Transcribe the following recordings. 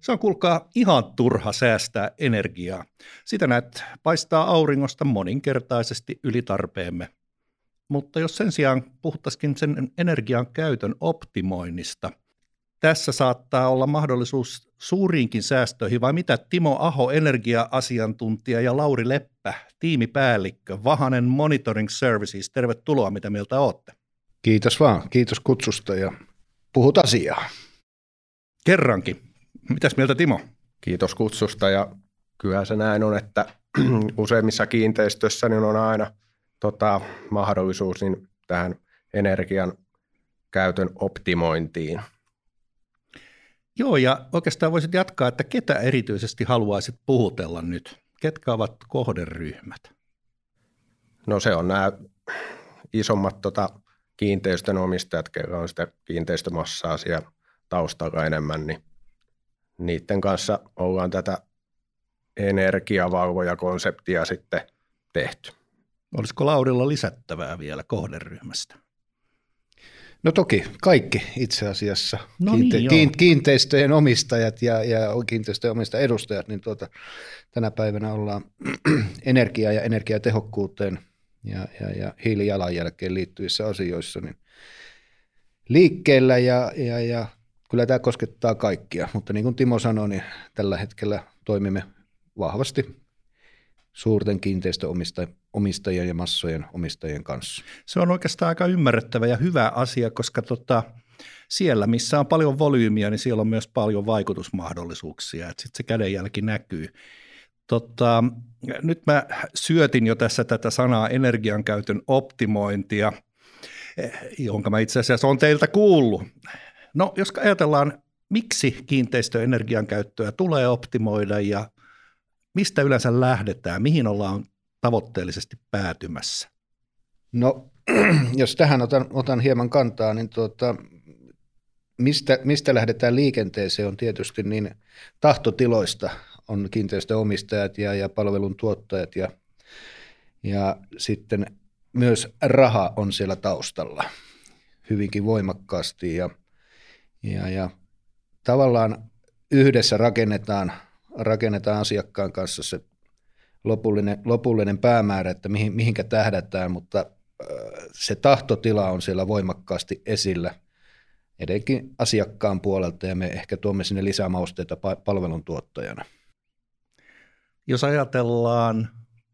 Se on kuulkaa ihan turha säästää energiaa. Sitä näet paistaa auringosta moninkertaisesti yli tarpeemme. Mutta jos sen sijaan puhuttaisiin sen energian käytön optimoinnista, tässä saattaa olla mahdollisuus suuriinkin säästöihin, vai mitä Timo Aho, energia-asiantuntija, ja Lauri Leppä, tiimipäällikkö, Vahanen Monitoring Services, tervetuloa, mitä mieltä olette? Kiitos vaan, kiitos kutsusta ja puhut asiaa. Kerrankin. Mitäs mieltä Timo? Kiitos kutsusta ja kyllä se näin on, että useimmissa kiinteistöissä niin on aina mahdollisuus niin tähän energian käytön optimointiin. Joo, ja oikeastaan voisit jatkaa, että ketä erityisesti haluaisit puhutella nyt? Ketkä ovat kohderyhmät? No se on nämä isommat kiinteistön omistajat, joilla on sitä kiinteistömassaa siellä taustalla enemmän, niin niiden kanssa ollaan tätä energiavalvojakonseptia sitten tehty. Olisiko Laurilla lisättävää vielä kohderyhmästä? No toki kaikki itse asiassa, niin, kiinteistöjen omistajat ja kiinteistöjen omistajat edustajat, niin tänä päivänä ollaan energiaa ja energiatehokkuuteen ja hiilijalanjälkeen liittyvissä asioissa niin liikkeellä ja kyllä tämä koskettaa kaikkia, mutta niin kuin Timo sanoi, niin tällä hetkellä toimimme vahvasti suurten kiinteistöomistajien ja massojen omistajien kanssa. Se on oikeastaan aika ymmärrettävä ja hyvä asia, koska siellä, missä on paljon volyymiä, niin siellä on myös paljon vaikutusmahdollisuuksia, että sitten se kädenjälki näkyy. Nyt mä syötin jo tässä tätä sanaa energiankäytön optimointia, jonka mä itse asiassa olen teiltä kuullut. No, jos ajatellaan, miksi kiinteistöenergian käyttöä tulee optimoida ja mistä yleensä lähdetään, mihin ollaan tavoitteellisesti päätymässä? No, jos tähän otan hieman kantaa, niin mistä lähdetään liikenteeseen on tietysti niin tahtotiloista on kiinteistöomistajat ja palvelun tuottajat ja sitten myös raha on siellä taustalla hyvinkin voimakkaasti ja tavallaan yhdessä rakennetaan asiakkaan kanssa se lopullinen päämäärä, että mihinkä tähdätään, mutta se tahtotila on siellä voimakkaasti esillä etenkin asiakkaan puolelta ja me ehkä tuomme sinne lisää mausteita palveluntuottajana. Jos ajatellaan,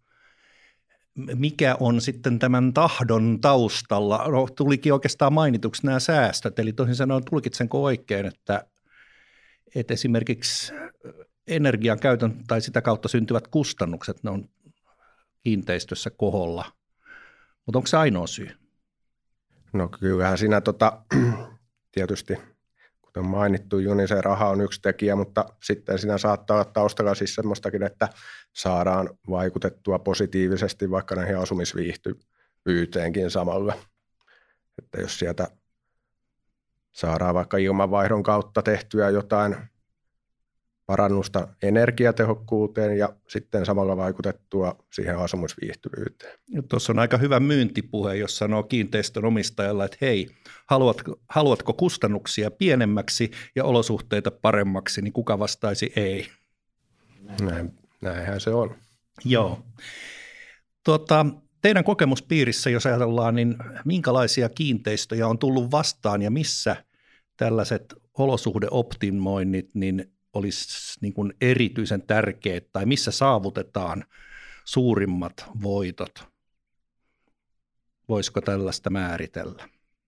mikä on sitten tämän tahdon taustalla, no, tulikin oikeastaan mainituksi nämä säästöt, eli toisin sanoen tulkitsenko oikein, että esimerkiksi energian käytön tai sitä kautta syntyvät kustannukset, ne on kiinteistössä koholla, mutta onko se ainoa syy? No kyllähän siinä tietysti, kuten mainittu, niin se raha on yksi tekijä, mutta sitten siinä saattaa olla taustalla siis semmoistakin, että saadaan vaikutettua positiivisesti vaikka näihin asumisviihtyvyyteenkin samalla. Että jos sieltä saadaan vaikka ilmanvaihdon kautta tehtyä jotain parannusta energiatehokkuuteen ja sitten samalla vaikutettua siihen asumisviihtyvyyteen. Tuossa on aika hyvä myyntipuhe, jos sanoo kiinteistön omistajalle, että hei, haluatko kustannuksia pienemmäksi ja olosuhteita paremmaksi, niin kuka vastaisi ei? Näinhän se on. Joo. Teidän kokemuspiirissä, jos ajatellaan, niin minkälaisia kiinteistöjä on tullut vastaan ja missä tällaiset olosuhdeoptimoinnit niin olisi niin kuin erityisen tärkeät tai missä saavutetaan suurimmat voitot? Voisiko tällaista määritellä?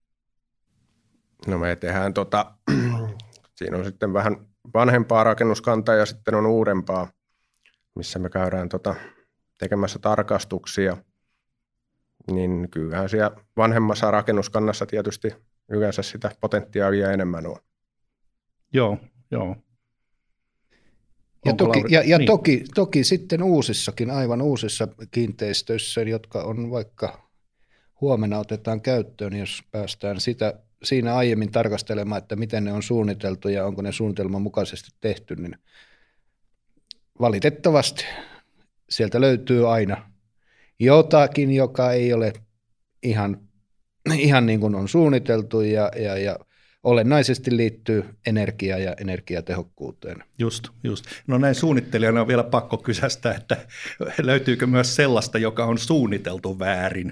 No me tehdään siinä on sitten vähän vanhempaa rakennuskantaa ja sitten on uudempaa, missä me käydään tekemässä tarkastuksia. Niin kyllähän siellä vanhemmassa rakennuskannassa tietysti yleensä sitä potentiaalia enemmän on. Joo. Toki sitten uusissakin, aivan uusissa kiinteistöissä, jotka on vaikka huomenna otetaan käyttöön, jos päästään siinä aiemmin tarkastelemaan, että miten ne on suunniteltu ja onko ne suunnitelman mukaisesti tehty, niin valitettavasti sieltä löytyy aina jotakin, joka ei ole ihan niin kuin on suunniteltu ja olennaisesti liittyy energiaan ja energiatehokkuuteen. Just. No näin suunnittelijana on vielä pakko kysästä, että löytyykö myös sellaista, joka on suunniteltu väärin?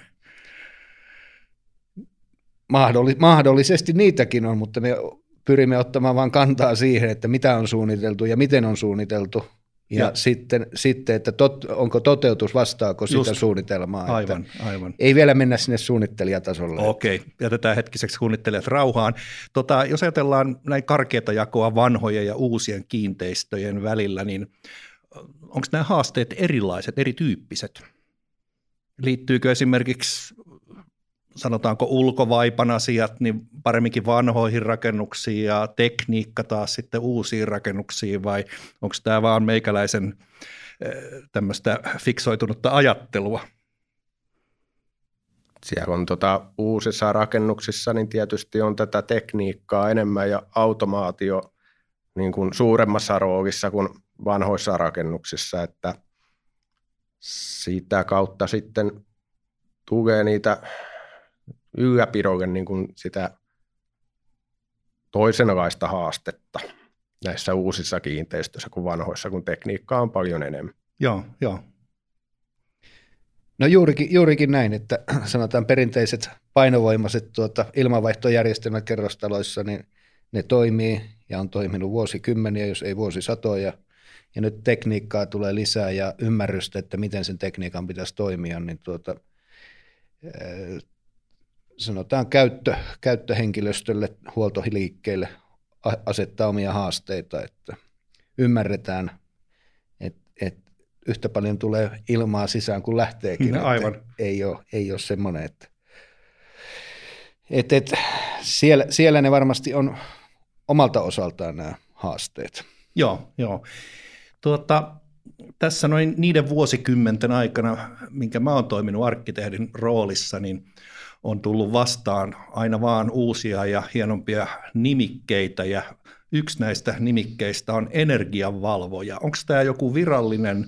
Mahdollisesti niitäkin on, mutta me pyrimme ottamaan vain kantaa siihen, että mitä on suunniteltu ja miten on suunniteltu. Ja sitten että onko toteutus, vastaako sitä suunnitelmaa. Aivan. Ei vielä mennä sinne suunnittelijatasolle. Okei, jätetään hetkiseksi suunnittelijat rauhaan. Jos ajatellaan näin karkeata jakoa vanhojen ja uusien kiinteistöjen välillä, niin onko nämä haasteet erilaiset, erityyppiset? Liittyykö esimerkiksi, sanotaanko ulkovaipan asiat, niin paremminkin vanhoihin rakennuksiin ja tekniikka taas sitten uusiin rakennuksiin, vai onko tämä vaan meikäläisen tämmöistä fiksoitunutta ajattelua? Siellä on uusissa rakennuksissa, niin tietysti on tätä tekniikkaa enemmän ja automaatio niin kuin suuremmassa roolissa kuin vanhoissa rakennuksissa, että sitä kautta sitten tulee niitä ylläpidolle niin kuin sitä toisenlaista haastetta näissä uusissa kiinteistöissä kuin vanhoissa, kun tekniikkaa on paljon enemmän. Joo. No juurikin näin, että sanotaan perinteiset painovoimaiset ilmanvaihtojärjestelmät kerrostaloissa, niin ne toimii ja on toiminut vuosikymmeniä, jos ei vuosisatoja. Ja nyt tekniikkaa tulee lisää ja ymmärrystä, että miten sen tekniikan pitäisi toimia, niin sanotaan käyttöhenkilöstölle, huoltoliikkeelle asettaa omia haasteita, että ymmärretään, että yhtä paljon tulee ilmaa sisään kuin lähteekin. Aivan. Ei ole semmoinen, että siellä ne varmasti on omalta osaltaan nämä haasteet. Joo. Tässä noin niiden vuosikymmenten aikana, minkä mä oon toiminut arkkitehdin roolissa, niin on tullut vastaan aina vaan uusia ja hienompia nimikkeitä, ja yksi näistä nimikkeistä on energiavalvoja. Onko tämä joku virallinen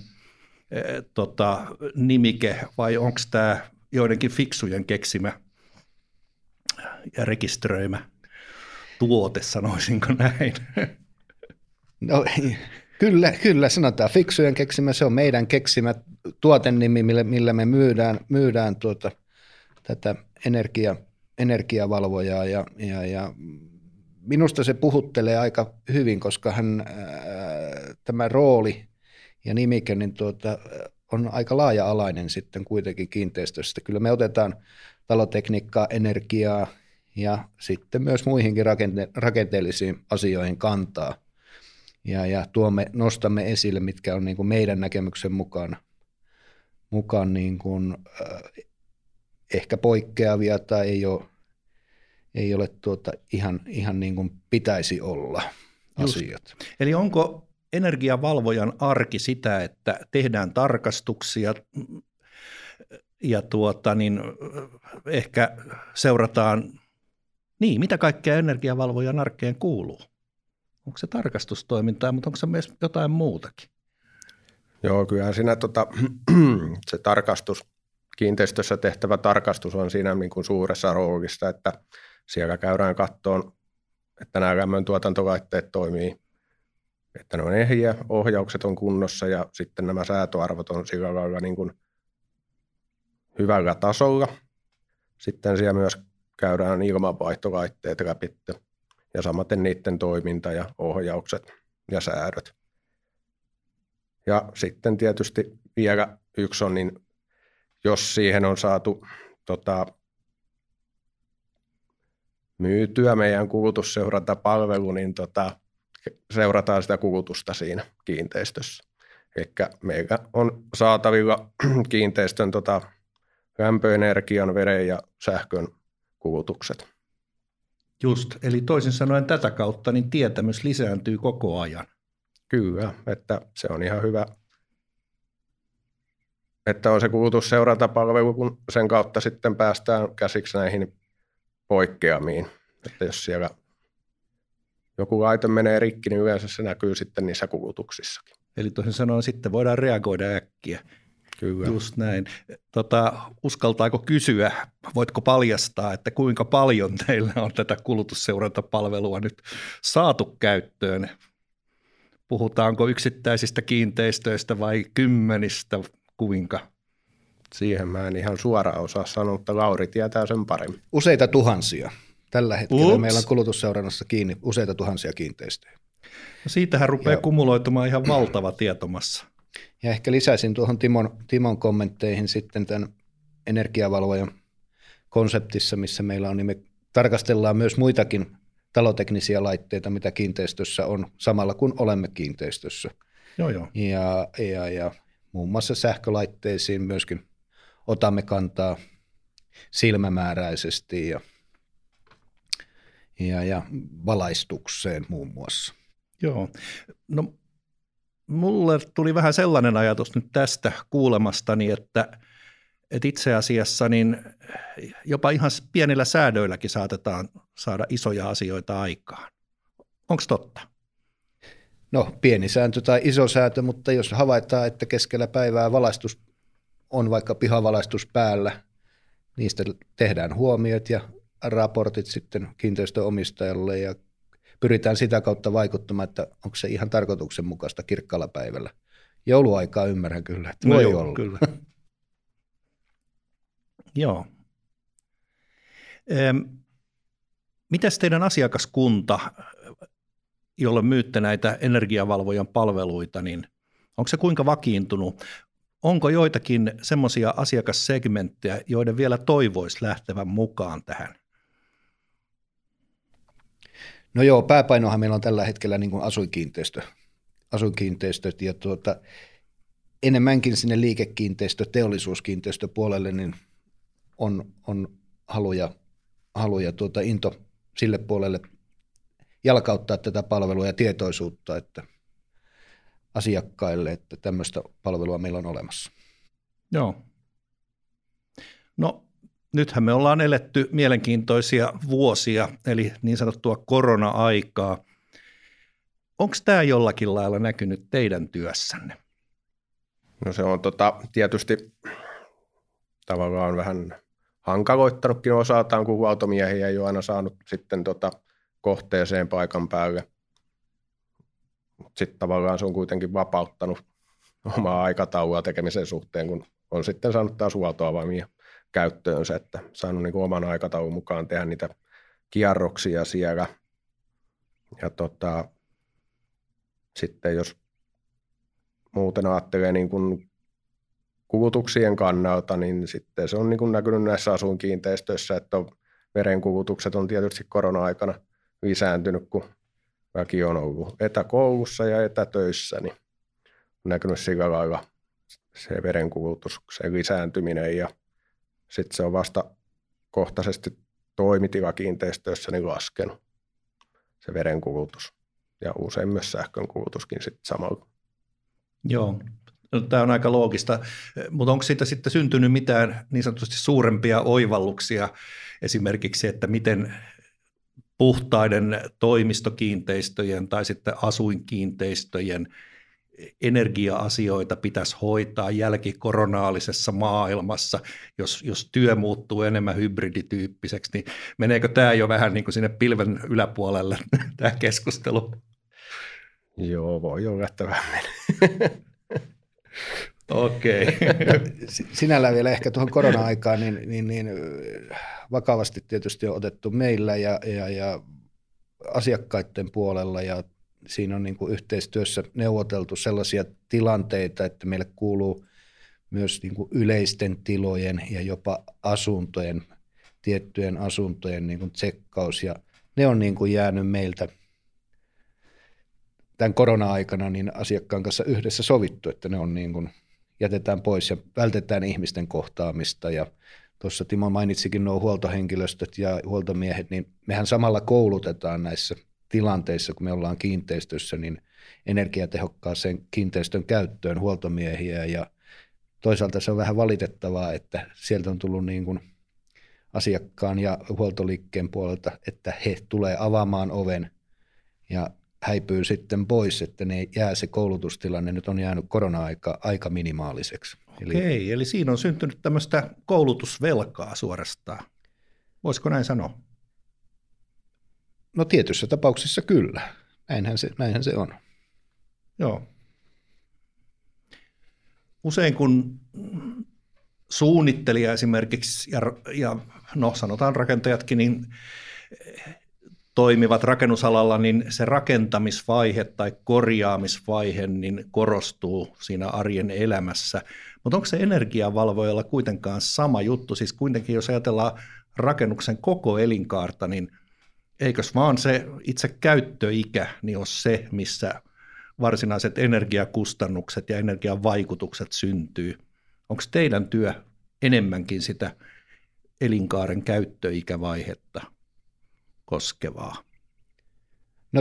nimike vai onko tämä joidenkin fiksujen keksimä ja rekisteröimä tuote, sanoisinko näin? No kyllä sanotaan fiksujen keksimä, se on meidän keksimä tuotennimi, millä me myydään tätä energiavalvojaa ja minusta se puhuttelee aika hyvin, koska tämä rooli ja nimike niin on aika laaja-alainen sitten kuitenkin kiinteistöstä. Kyllä me otetaan talotekniikkaa, energiaa ja sitten myös muihinkin rakenteellisiin asioihin kantaa ja nostamme esille, mitkä on niin kuin meidän näkemyksen mukaan niin kuin, ehkä poikkeavia tai ei ole ihan niin kuin pitäisi olla asiat. Eli onko energiavalvojan arki sitä, että tehdään tarkastuksia ja ehkä seurataan, mitä kaikkea energiavalvojan arkeen kuuluu? Onko se tarkastustoimintaa, mutta onko se myös jotain muutakin? Joo, kyllähän siinä se tarkastus, kiinteistössä tehtävä tarkastus on siinä niin kuin suuressa roolissa, että siellä käydään kattoon, että nämä lämmöntuotantolaitteet toimii, että ne on ehjiä, ohjaukset on kunnossa ja sitten nämä säätöarvot on sillä lailla niin kuin hyvällä tasolla. Sitten siellä myös käydään ilmanvaihtolaitteet läpi ja samaten niiden toiminta ja ohjaukset ja säädöt. Ja sitten tietysti vielä yksi on, niin jos siihen on saatu myytyä meidän kulutusseurantapalvelu, niin seurataan sitä kulutusta siinä kiinteistössä. Eli meillä on saatavilla kiinteistön lämpöenergian, veden ja sähkön kulutukset. Just, eli toisin sanoen tätä kautta niin tietämys lisääntyy koko ajan. Kyllä, että se on ihan hyvä, että on se kulutusseurantapalvelu, kun sen kautta sitten päästään käsiksi näihin poikkeamiin. Että jos siellä joku laite menee rikki, niin yleensä se näkyy sitten niissä kulutuksissakin. Eli toisin sanoen sitten voidaan reagoida äkkiä. Kyllä. Just näin. Uskaltaako kysyä, voitko paljastaa, että kuinka paljon teillä on tätä kulutusseurantapalvelua nyt saatu käyttöön? Puhutaanko yksittäisistä kiinteistöistä vai kymmenistä, kuinka? Siihen mä en ihan suoraan osaa sanoa, mutta Lauri tietää sen paremmin. Useita tuhansia. Tällä hetkellä meillä on kulutusseurannassa kiinni useita tuhansia kiinteistöjä. No siitähän rupeaa kumuloitumaan ihan valtava tietomassa. Ja ehkä lisäisin tuohon Timon kommentteihin sitten tämän energiavalvojan konseptissa, missä meillä on, niin me tarkastellaan myös muitakin taloteknisiä laitteita, mitä kiinteistössä on, samalla kun olemme kiinteistössä. Joo. Ja muun muassa sähkölaitteisiin myöskin otamme kantaa silmämääräisesti ja valaistukseen muun muassa. Joo. No mulle tuli vähän sellainen ajatus nyt tästä kuulemastani, että itse asiassa niin jopa ihan pienillä säädöilläkin saatetaan saada isoja asioita aikaan. Onko totta? No pieni sääntö tai iso sääntö, mutta jos havaitaan, että keskellä päivää valaistus on vaikka pihavalaistus päällä, niistä tehdään huomiot ja raportit sitten kiinteistönomistajalle ja pyritään sitä kautta vaikuttamaan, että onko se ihan tarkoituksenmukaista kirkkaalla päivällä. Jouluaikaa ymmärrän kyllä, että voi olla. Kyllä. Joo. Mitäs teidän asiakaskunta, jolle myytte näitä energiavalvojan palveluita, niin onko se kuinka vakiintunut? Onko joitakin semmoisia asiakassegmenttejä, joiden vielä toivoisi lähtevän mukaan tähän? No joo, pääpainohan meillä on tällä hetkellä niin kuin asuinkiinteistöt ja enemmänkin sinne teollisuuskiinteistöpuolelle niin on haluja into sille puolelle jalkauttaa tätä palvelua ja tietoisuutta että asiakkaille, että tämmöistä palvelua meillä on olemassa. Joo. No nythän me ollaan eletty mielenkiintoisia vuosia, eli niin sanottua korona-aikaa. Onko tämä jollakin lailla näkynyt teidän työssänne? No se on tietysti tavallaan vähän hankaloittanutkin osaltaan, kun huoltomiehiä ei ole aina saanut sitten kohteeseen paikan päälle. Mutta sitten tavallaan se on kuitenkin vapauttanut omaa aikataulua tekemisen suhteen, kun on sitten saanut taas huoltoavaimia käyttöönsä, että saanut niin kuin oman aikataulun mukaan tehdä niitä kierroksia siellä. Ja sitten jos muuten ajattelee niin kuin kulutuksien kannalta, niin sitten se on niin kuin näkynyt näissä asuinkiinteistöissä, että verenkulutukset on tietysti korona-aikana lisääntynyt, kun väki on ollut etäkoulussa ja etätöissä, niin on näkynyt sillä lailla se verenkulutuksen lisääntyminen ja sitten se on vasta kohtaisesti toimitilakiinteistöissä niin laskenut se verenkulutus ja usein myös sähkönkulutuskin sitten samalla. Joo, no, tämä on aika loogista, mutta onko siitä sitten syntynyt mitään niin sanotusti suurempia oivalluksia esimerkiksi, että miten puhtaiden toimistokiinteistöjen tai sitten asuinkiinteistöjen energia-asioita pitäisi hoitaa jälkikoroonaalisessa maailmassa, jos työ muuttuu enemmän hybridityyppiseksi, niin meneekö tämä jo vähän niin kuin sinne pilven yläpuolelle tämä keskustelu? Joo, voi olla, että vähän menee. Okei. Sinällään vielä ehkä tuohon korona-aikaan niin vakavasti tietysti on otettu meillä ja asiakkaiden puolella ja siinä on niin kuin yhteistyössä neuvoteltu sellaisia tilanteita, että meille kuuluu myös niin kuin yleisten tilojen ja jopa asuntojen, tiettyjen asuntojen niin kuin tsekkaus ja ne on niin kuin jäänyt meiltä tämän korona-aikana niin asiakkaan kanssa yhdessä sovittu, että ne on niin kuin jätetään pois ja vältetään ihmisten kohtaamista ja tuossa Timo mainitsikin nuo huoltohenkilöstöt ja huoltomiehet, niin mehän samalla koulutetaan näissä tilanteissa, kun me ollaan kiinteistössä, niin energiatehokkaaseen kiinteistön käyttöön huoltomiehiä ja toisaalta se on vähän valitettavaa, että sieltä on tullut niin kuin asiakkaan ja huoltoliikkeen puolelta, että he tulee avaamaan oven ja häipyy sitten pois, että ne jää se koulutustilanne, nyt on jäänyt korona-aika minimimaaliseksi. Okei, eli siinä on syntynyt tämmöistä koulutusvelkaa suorastaan. Voisiko näin sanoa? No tietyissä tapauksissa kyllä. Näinhän se on. Joo. Usein kun suunnittelija esimerkiksi, ja no sanotaan rakentajatkin, niin toimivat rakennusalalla, niin se rakentamisvaihe tai korjaamisvaihe niin korostuu siinä arjen elämässä. Mutta onko se energiavalvojalla kuitenkaan sama juttu? Siis kuitenkin jos ajatellaan rakennuksen koko elinkaarta, niin eikös vaan se itse käyttöikä niin ole se, missä varsinaiset energiakustannukset ja energian vaikutukset syntyy? Onko teidän työ enemmänkin sitä elinkaaren käyttöikävaihetta koskevaa? No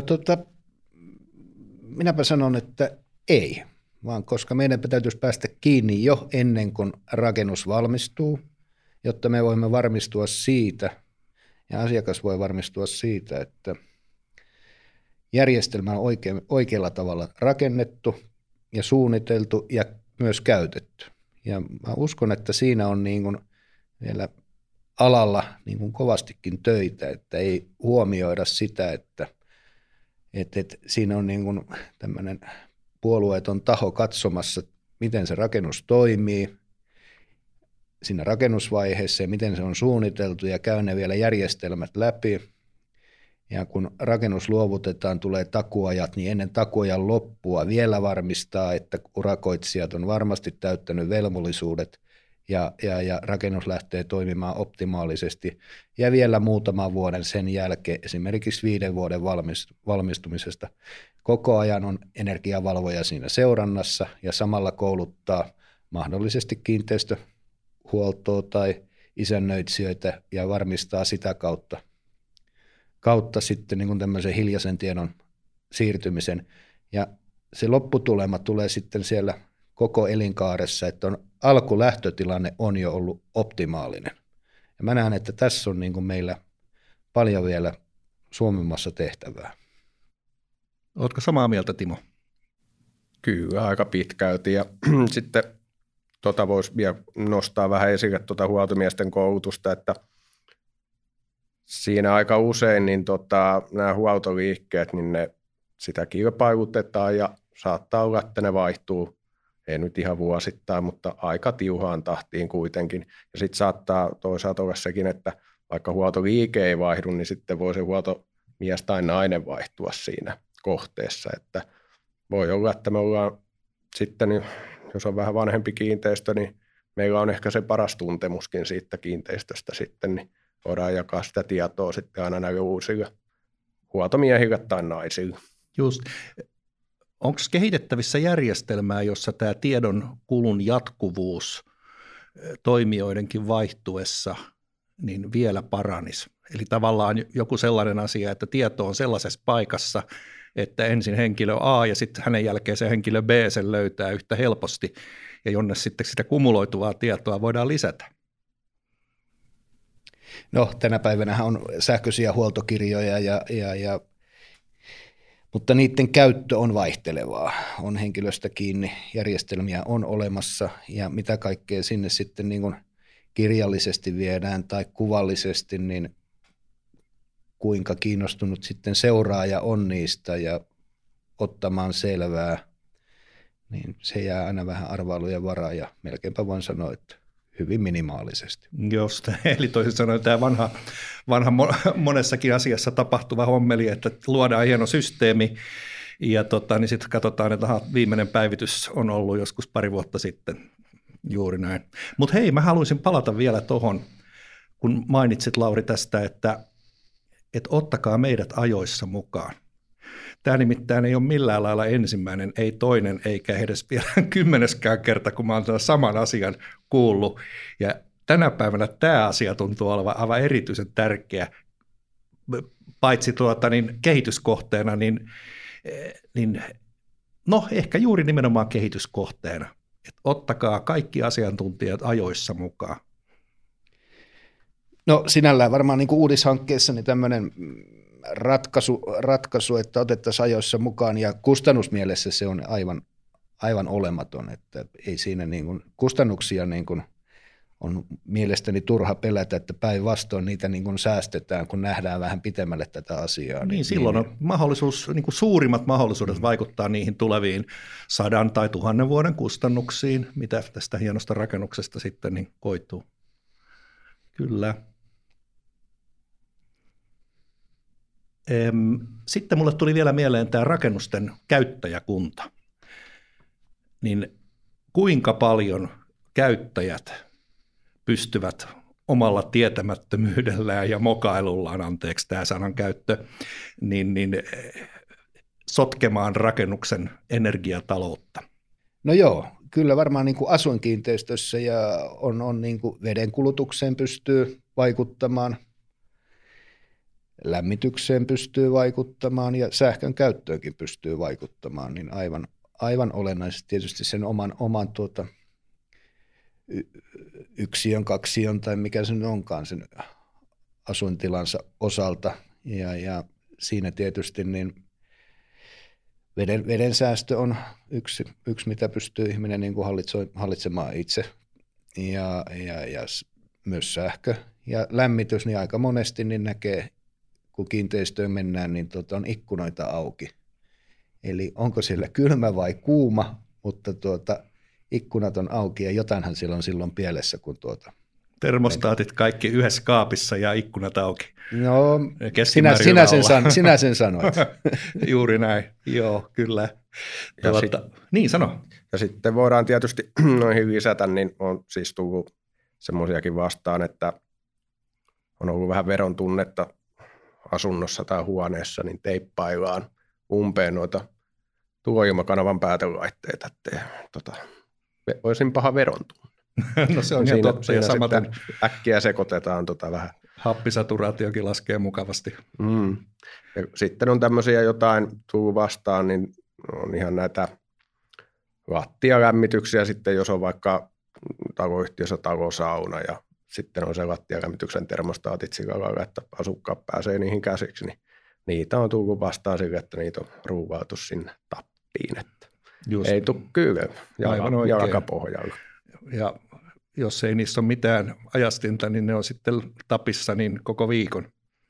minäpä sanon, että ei, vaan koska meidän täytyisi päästä kiinni jo ennen kuin rakennus valmistuu, jotta me voimme varmistua siitä, ja asiakas voi varmistua siitä, että järjestelmä on oikealla tavalla rakennettu ja suunniteltu ja myös käytetty. Ja mä uskon, että siinä on niin kuin vielä alalla niin kuin kovastikin töitä, että ei huomioida sitä, että siinä on niin kuin tämmöinen puolueeton taho katsomassa, miten se rakennus toimii siinä rakennusvaiheessa ja miten se on suunniteltu ja käy ne vielä järjestelmät läpi. Ja kun rakennus luovutetaan, tulee takuajat, niin ennen takuajan loppua vielä varmistaa, että urakoitsijat on varmasti täyttänyt velvollisuudet ja rakennus lähtee toimimaan optimaalisesti. Ja vielä muutaman vuoden sen jälkeen, esimerkiksi 5 vuoden valmistumisesta, koko ajan on energiavalvoja siinä seurannassa ja samalla kouluttaa mahdollisesti kiinteistöhuoltoa tai isännöitsijöitä ja varmistaa sitä kautta sitten niin kuin tämmöisen hiljaisen tiedon siirtymisen. Ja se lopputulema tulee sitten siellä koko elinkaaressa, että alkulähtötilanne on jo ollut optimaalinen. Ja mä näen, että tässä on niin kuin meillä paljon vielä Suomenmaassa tehtävää. Oletko samaa mieltä, Timo? Kyllä, aika pitkälti. Ja sitten voisi vielä nostaa vähän esille huoltomiesten koulutusta, että siinä aika usein niin nämä huoltoliikkeet, niin ne sitä kilpailutetaan ja saattaa olla, että ne vaihtuu, ei nyt ihan vuosittain, mutta aika tiuhaan tahtiin kuitenkin. Ja sitten saattaa toisaalta olla sekin, että vaikka huoltoliike ei vaihdu, niin sitten voi se huoltomies tai nainen vaihtua siinä kohteessa. Että voi olla, että me ollaan sitten, jos on vähän vanhempi kiinteistö, niin meillä on ehkä se paras tuntemuskin siitä kiinteistöstä sitten, niin voidaan jakaa sitä tietoa sitten aina näille uusille huoltomiehille tai naisille. Just. Onko kehitettävissä järjestelmää, jossa tämä tiedon kulun jatkuvuus toimijoidenkin vaihtuessa niin vielä paranisi? Eli tavallaan joku sellainen asia, että tieto on sellaisessa paikassa, että ensin henkilö A ja sitten hänen jälkeen se henkilö B sen löytää yhtä helposti ja jonne sitten sitä kumuloituvaa tietoa voidaan lisätä. No, tänä päivänä on sähköisiä huoltokirjoja, mutta niiden käyttö on vaihtelevaa. On henkilöstä kiinni, järjestelmiä on olemassa ja mitä kaikkea sinne sitten niin kuin kirjallisesti viedään tai kuvallisesti, niin kuinka kiinnostunut sitten seuraaja on niistä ja ottamaan selvää, niin se jää aina vähän arvailujen varaan ja melkeinpä voin sanoa, että hyvin minimaalisesti. Just, eli toisin sanoen tämä vanha monessakin asiassa tapahtuva hommeli, että luodaan hieno systeemi ja niin sitten katsotaan, että viimeinen päivitys on ollut joskus pari vuotta sitten, juuri näin. Mutta hei, mä haluaisin palata vielä tuohon, kun mainitsit Lauri tästä, että ottakaa meidät ajoissa mukaan. Tämä nimittäin ei ole millään lailla ensimmäinen, ei toinen, eikä edes vielä 10. kerta, kun mä oon saman asian kuullut. Ja tänä päivänä tämä asia tuntuu olevan aivan erityisen tärkeä, paitsi kehityskohteena, niin ehkä juuri nimenomaan kehityskohteena. Et ottakaa kaikki asiantuntijat ajoissa mukaan. No sinällään varmaan niin kuin uudishankkeessa niin tämmöinen ratkaisu, että otettaisiin ajoissa mukaan ja kustannusmielessä se on aivan olematon, että ei siinä niin kuin kustannuksia niin kuin on mielestäni turha pelätä, että päinvastoin niitä niin kuin säästetään, kun nähdään vähän pitemmälle tätä asiaa. Niin silloin on mahdollisuus, niin kuin suurimmat mahdollisuudet vaikuttaa niihin tuleviin 100 tai 1000 vuoden kustannuksiin, mitä tästä hienosta rakennuksesta sitten niin koituu. Kyllä. Sitten mulle tuli vielä mieleen tämä rakennusten käyttäjäkunta. Niin kuinka paljon käyttäjät pystyvät omalla tietämättömyydellään ja mokailullaan, anteeksi tämä sanan käyttö, niin sotkemaan rakennuksen energiataloutta? No joo, kyllä varmaan niin kuin asuinkiinteistössä ja on niin kuin vedenkulutukseen pystyy vaikuttamaan, lämmitykseen pystyy vaikuttamaan ja sähkön käyttöönkin pystyy vaikuttamaan, niin aivan olennaisesti tietysti sen oman yksiön, kaksion tai mikä se nyt onkaan sen asuintilansa osalta. Ja siinä tietysti niin veden säästö on yksi, mitä pystyy ihminen niin kuin hallitsemaan itse. Ja myös sähkö ja lämmitys, niin aika monesti niin näkee, kun kiinteistöön mennään, niin on ikkunoita auki. Eli onko siellä kylmä vai kuuma, mutta ikkunat on auki ja jotainhan siellä on silloin pielessä, kun termostaatit kaikki yhdessä kaapissa ja ikkunat auki. No, sinä sen sanoit. Juuri näin, joo, kyllä. Niin, sano. Ja sitten voidaan tietysti noihin lisätä, niin on siis tullut semmoisiakin vastaan, että on ollut vähän veron tunnetta asunnossa tai huoneessa, niin teippaillaan umpeen noita tuloilmakanavan päätelaitteita, ettei olisin paha veron tunne. No se on ihan totta. Ja samaten äkkiä sekoitetaan vähän. Happisaturaatiokin laskee mukavasti. Ja sitten on tämmöisiä jotain tullut vastaan, niin on ihan näitä lattialämmityksiä sitten, jos on vaikka taloyhtiössä talosauna ja sitten on se lattialämmityksen termostaatit sillä lailla, että asukkaat pääsee niihin käsiksi, niin niitä on tullut vastaan sille, että niitä on ruuvailtu sinne tappiin, että just. Ei tule kyllä jalkapohjalla. Ja jos ei niissä ole mitään ajastinta, niin ne on sitten tapissa niin koko viikon.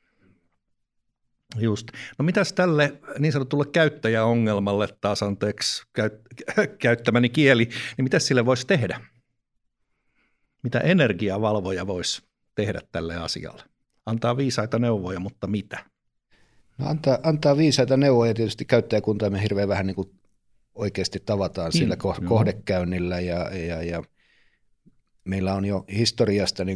Just. No mitäs tälle niin sanotulle käyttäjäongelmalle taas, anteeksi käyttämäni kieli, niin mitäs sille voisi tehdä? Mitä energiavalvoja voisi tehdä tälle asialle? Antaa viisaita neuvoja, mutta mitä? No antaa viisaita neuvoja, tietysti käyttäjäkuntaa me hirveän vähän niin kuin oikeasti tavataan sillä kohdekäynnillä ja meillä on jo historiasta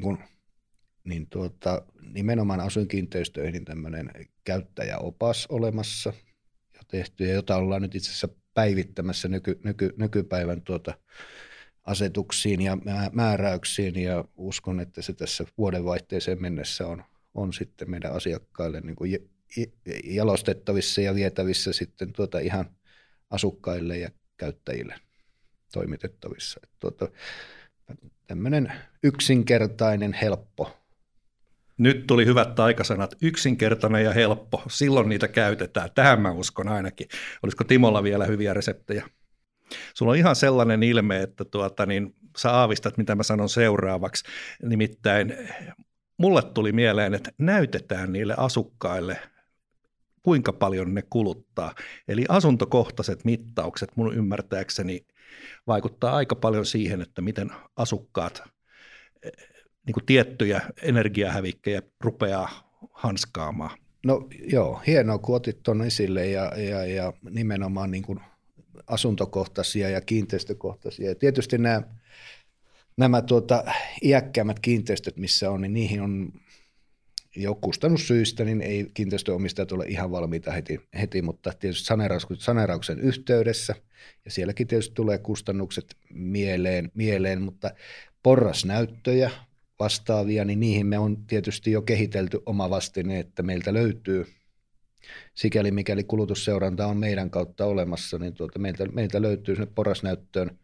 nimenomaan asuinkiinteistöihin tämmöinen käyttäjäopas olemassa jo tehty, ja jota ollaan nyt itse asiassa päivittämässä nykypäivän asetuksiin ja määräyksiin, ja uskon, että se tässä vuodenvaihteeseen mennessä on sitten meidän asiakkaille niin kuin jalostettavissa ja vietävissä sitten ihan asukkaille ja käyttäjille toimitettavissa. Tämmöinen yksinkertainen, helppo. Nyt tuli hyvät taikasanat, yksinkertainen ja helppo. Silloin niitä käytetään. Tähän mä uskon ainakin. Olisiko Timolla vielä hyviä reseptejä? Sulla on ihan sellainen ilme, että sä aavistat, mitä mä sanon seuraavaksi. Nimittäin mulle tuli mieleen, että näytetään niille asukkaille, kuinka paljon ne kuluttaa. Eli asuntokohtaiset mittaukset mun ymmärtääkseni vaikuttaa aika paljon siihen, että miten asukkaat niin kuin tiettyjä energiahävikkejä rupeaa hanskaamaan. No joo, hienoa kun otit tuon esille ja nimenomaan niin kuin asuntokohtaisia ja kiinteistökohtaisia. Ja tietysti nämä iäkkäämmät kiinteistöt, missä on, niin niihin on jo kustannussyistä, niin ei kiinteistöomistajat ole ihan valmiita heti, mutta tietysti saneerauksen yhteydessä, ja sielläkin tietysti tulee kustannukset mieleen, mutta porrasnäyttöjä vastaavia, niin niihin me on tietysti jo kehitelty oma vastine, että meiltä löytyy, sikäli mikäli kulutusseuranta on meidän kautta olemassa, niin meiltä löytyy sinne porrasnäyttöön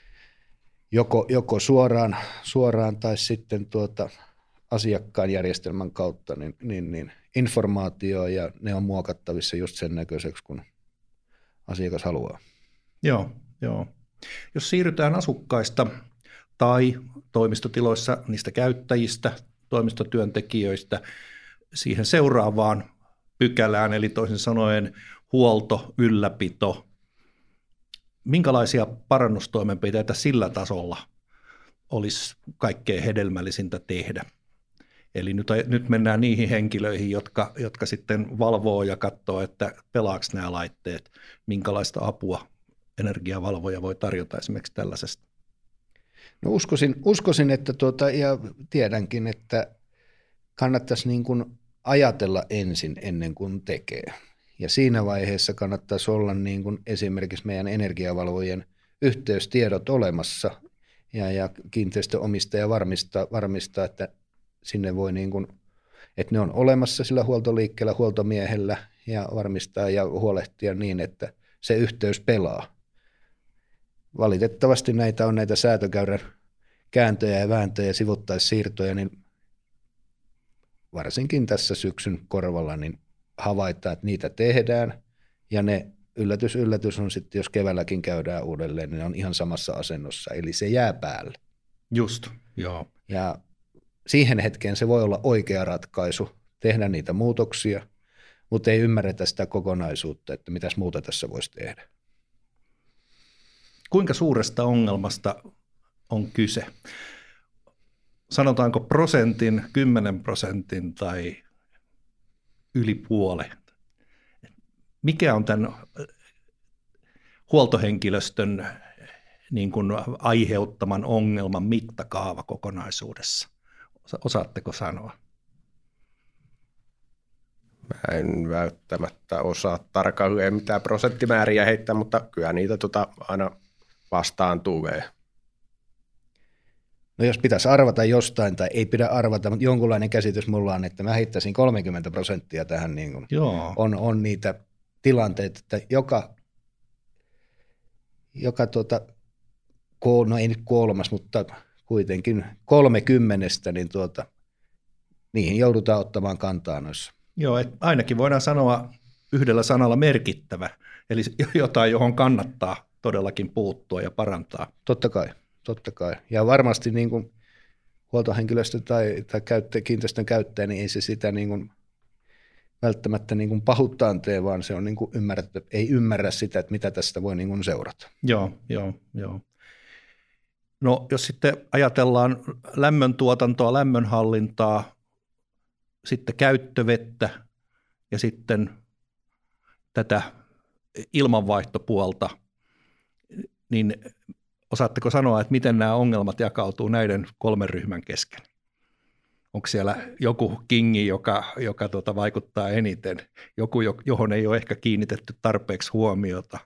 joko suoraan tai sitten asiakkaan järjestelmän kautta niin informaatio, ja ne on muokattavissa just sen näköiseksi, kun asiakas haluaa. Joo, joo. Jos siirrytään asukkaista tai toimistotiloissa niistä käyttäjistä, toimistotyöntekijöistä siihen seuraavaan pykälään, eli toisin sanoen huolto, ylläpito, minkälaisia parannustoimenpiteitä sillä tasolla olisi kaikkein hedelmällisintä tehdä? Eli nyt mennään niihin henkilöihin, jotka sitten valvoo ja katsoo, että pelaako nämä laitteet, minkälaista apua energiavalvoja voi tarjota esimerkiksi tällaisesta. No uskoisin että ja tiedänkin, että kannattaisi niin kuin ajatella ensin ennen kuin tekee. Ja siinä vaiheessa kannattaisi olla niin kuin esimerkiksi meidän energiavalvojen yhteystiedot olemassa ja kiinteistöomistaja varmistaa, että sinne voi niin kuin, että ne on olemassa sillä huoltoliikkeellä, huoltomiehellä ja varmistaa ja huolehtia niin, että se yhteys pelaa. Valitettavasti näitä on näitä säätökäyrän kääntöjä ja vääntöjä ja sivuttaissiirtoja, niin varsinkin tässä syksyn korvalla niin havaitaan, että niitä tehdään ja ne yllätys on sitten, jos keväälläkin käydään uudelleen, niin ne on ihan samassa asennossa, eli se jää päälle. Just, joo. Ja siihen hetkeen se voi olla oikea ratkaisu, tehdä niitä muutoksia, mutta ei ymmärretä sitä kokonaisuutta, että mitäs muuta tässä voisi tehdä. Kuinka suuresta ongelmasta on kyse? Sanotaanko 1%, 10% tai yli puolet? Mikä on tämän huoltohenkilöstön niin kuin aiheuttaman ongelman mittakaava kokonaisuudessa? Osaatteko sanoa? Mä en välttämättä osaa tarkalleen mitään prosenttimääriä heittää, mutta kyllä niitä aina vastaan tulee. No jos pitäisi arvata jostain, tai ei pidä arvata, mutta jonkunlainen käsitys mulla on, että mä heittäisin 30% tähän. Niin kuin on niitä tilanteita, että no ei nyt kolmas, mutta kuitenkin 30, niin niihin joudutaan ottamaan kantaa noissa. Joo, ainakin voidaan sanoa yhdellä sanalla merkittävä, eli jotain, johon kannattaa todellakin puuttua ja parantaa. Totta kai. Ja varmasti niin kuin huoltohenkilöstö tai kiinteistön käyttäjä, niin ei se sitä niin kuin välttämättä niin kuin pahuuttaan tee, vaan se on niin kuin ei ymmärrä sitä, että mitä tästä voi niin kuin seurata. Joo. No jos sitten ajatellaan lämmöntuotantoa, lämmönhallintaa, sitten käyttövettä ja sitten tätä ilmanvaihtopuolta, niin osaatteko sanoa, että miten nämä ongelmat jakautuu näiden 3 ryhmän kesken? Onko siellä joku kingi, joka vaikuttaa eniten, joku, johon ei ole ehkä kiinnitetty tarpeeksi huomiota?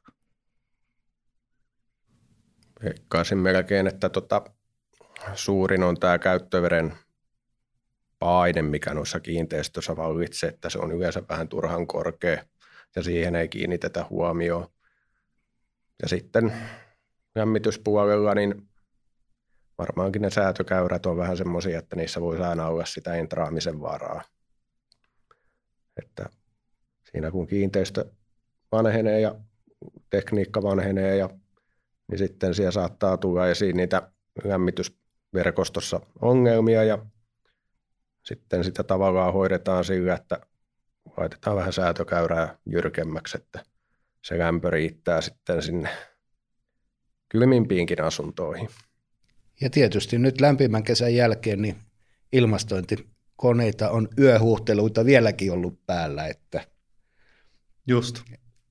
Veikkaisin melkein, että suurin on tämä käyttöveden paine, mikä noissa kiinteistöissä vallitsee, että se on yleensä vähän turhan korkea ja siihen ei kiinnitetä huomioon. Ja sitten lämmityspuolella niin varmaankin ne säätökäyrät on vähän semmoisia, että niissä voi aina olla sitä entraamisen varaa. Että siinä kun kiinteistö vanhenee ja tekniikka vanhenee, niin sitten siellä saattaa tulla esiin niitä lämmitysverkostossa ongelmia ja sitten sitä tavallaan hoidetaan sillä, että laitetaan vähän säätökäyrää jyrkemmäksi, että se lämpö riittää sitten sinne kylmimpiinkin asuntoihin. Ja tietysti nyt lämpimän kesän jälkeen niin ilmastointikoneita on yöhuhteluita vieläkin ollut päällä, että just.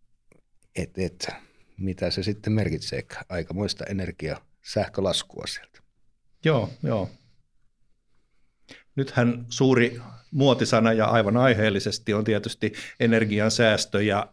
Mitä se sitten merkitsee, aikamoista sähkölaskua sieltä. Joo. Nythän suuri muotisana ja aivan aiheellisesti on tietysti energiansäästö ja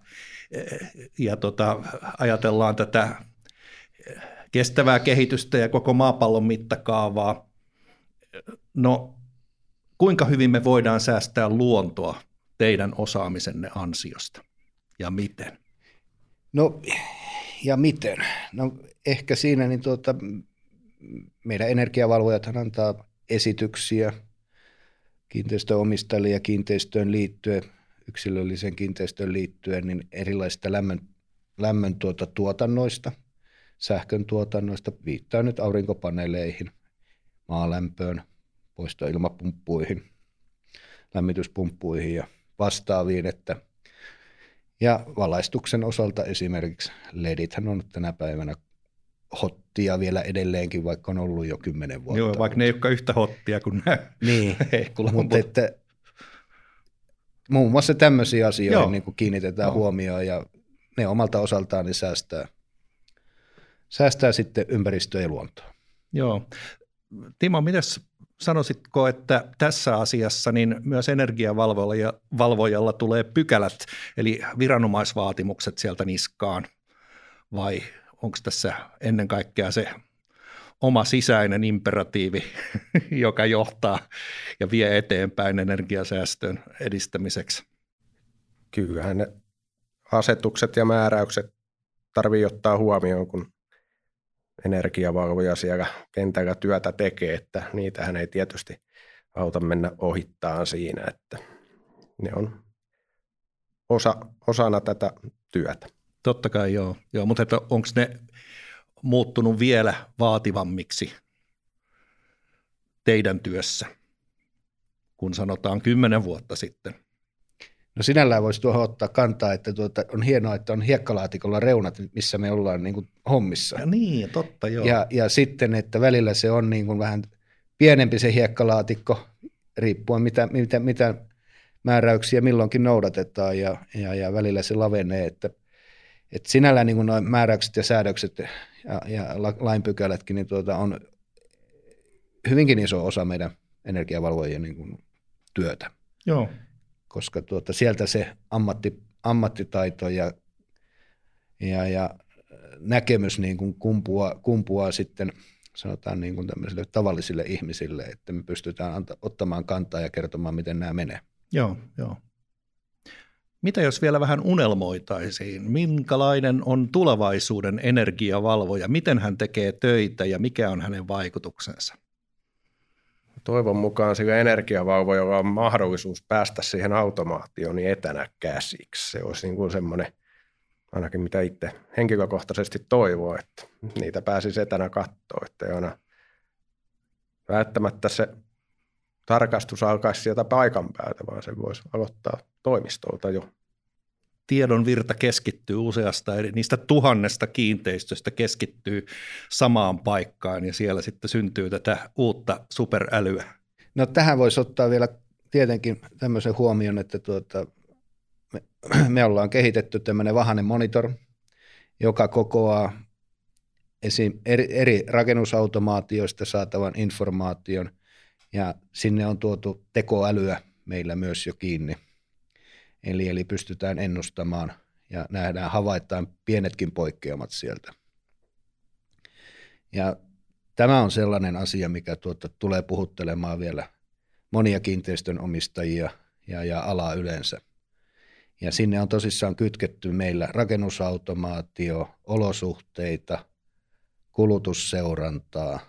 ajatellaan tätä kestävää kehitystä ja koko maapallon mittakaavaa. No, kuinka hyvin me voidaan säästää luontoa teidän osaamisenne ansiosta ja miten? No, ja miten? No, ehkä siinä niin meidän energiavalvojathan antaa esityksiä kiinteistöomistajille ja kiinteistöön liittyen, yksilölliseen kiinteistöön liittyen, niin erilaisista lämmön tuotannoista. sähkön tuotannoista, viittaa nyt aurinkopaneeleihin, maalämpöön, poistoilmapumppuihin, lämmityspumppuihin ja vastaaviin, ja valaistuksen osalta esimerkiksi LEDithän on tänä päivänä hottia vielä edelleenkin, vaikka on ollut jo 10 vuotta. Joo, vaikka ne ei olekaan yhtä hottia kuin nämä. Niin, mutta että muun muassa tämmöisiä asioita niin kiinnitetään huomioon ja ne omalta osaltaan niin säästää sitten ympäristöä ja luontoa. Joo. Timo, mitäs sanoisitko, että tässä asiassa niin myös energiavalvojalla tulee pykälät, eli viranomaisvaatimukset sieltä niskaan, vai onko tässä ennen kaikkea se oma sisäinen imperatiivi, joka johtaa ja vie eteenpäin energiasäästön edistämiseksi? Kyllähän ne asetukset ja määräykset tarvitsee ottaa huomioon, kun energiavalvoja siellä kentällä työtä tekee, että niitähän ei tietysti auta mennä ohittaan siinä, että ne on osana tätä työtä. Totta kai joo, mutta onko ne muuttunut vielä vaativammiksi teidän työssä, kun sanotaan 10 vuotta sitten? No sinällään voisi tuohon ottaa kantaa, että on hienoa, että on hiekkalaatikolla reunat, missä me ollaan niin kuin hommissa. Ja niin, totta joo. Ja sitten, että välillä se on niin kuin vähän pienempi se hiekkalaatikko, riippuen mitä määräyksiä milloinkin noudatetaan, ja välillä se lavenee, että sinällään niin kuin nuo määräykset ja säädökset ja lainpykälätkin niin on hyvinkin iso osa meidän energiavalvojien niin kuin työtä. Joo. Koska sieltä se ammattitaito ja näkemys niin kuin kumpuaa sitten sanotaan niin kuin tämmöisille tavallisille ihmisille, että me pystytään ottamaan kantaa ja kertomaan, miten nämä menee. Joo. Mitä jos vielä vähän unelmoitaisiin? Minkälainen on tulevaisuuden energiavalvoja? Miten hän tekee töitä ja mikä on hänen vaikutuksensa? Toivon mukaan sillä energiavalvojalla on mahdollisuus päästä siihen automaatioon niin etänä käsiksi. Se olisi niin kuin semmoinen, ainakin mitä itse henkilökohtaisesti toivoo, että niitä pääsisi etänä katsoa, että ei aina välttämättä se tarkastus alkaisi sieltä paikan päältä, vaan se voisi aloittaa toimistolta jo. Tiedon virta keskittyy useasta, eli niistä 1000 kiinteistöstä keskittyy samaan paikkaan ja siellä sitten syntyy tätä uutta superälyä. No tähän voisi ottaa vielä tietenkin tämmöisen huomion, että me ollaan kehitetty tämmöinen Vahanen Monitor, joka kokoaa eri rakennusautomaatioista saatavan informaation ja sinne on tuotu tekoälyä meillä myös jo kiinni. Eli pystytään ennustamaan ja havaitaan pienetkin poikkeamat sieltä. Ja tämä on sellainen asia, mikä tulee puhuttelemaan vielä monia kiinteistön omistajia ja alaa yleensä. Ja sinne on tosissaan kytketty meillä rakennusautomaatio, olosuhteita, kulutusseurantaa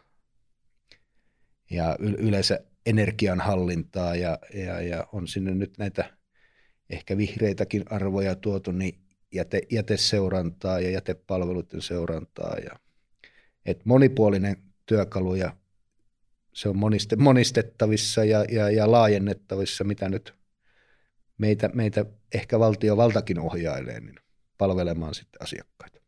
ja yleensä energianhallintaa ja on sinne nyt näitä ehkä vihreitäkin arvoja tuotu, niin jäteseurantaa ja jätepalveluiden seurantaa. Et monipuolinen työkalu ja se on monistettavissa ja laajennettavissa, mitä nyt meitä ehkä valtiovaltakin ohjailee, niin palvelemaan sitten asiakkaita.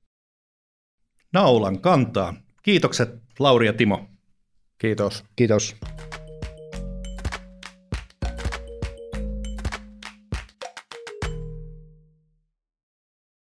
Naulan kantaa. Kiitokset Lauri ja Timo. Kiitos. Kiitos.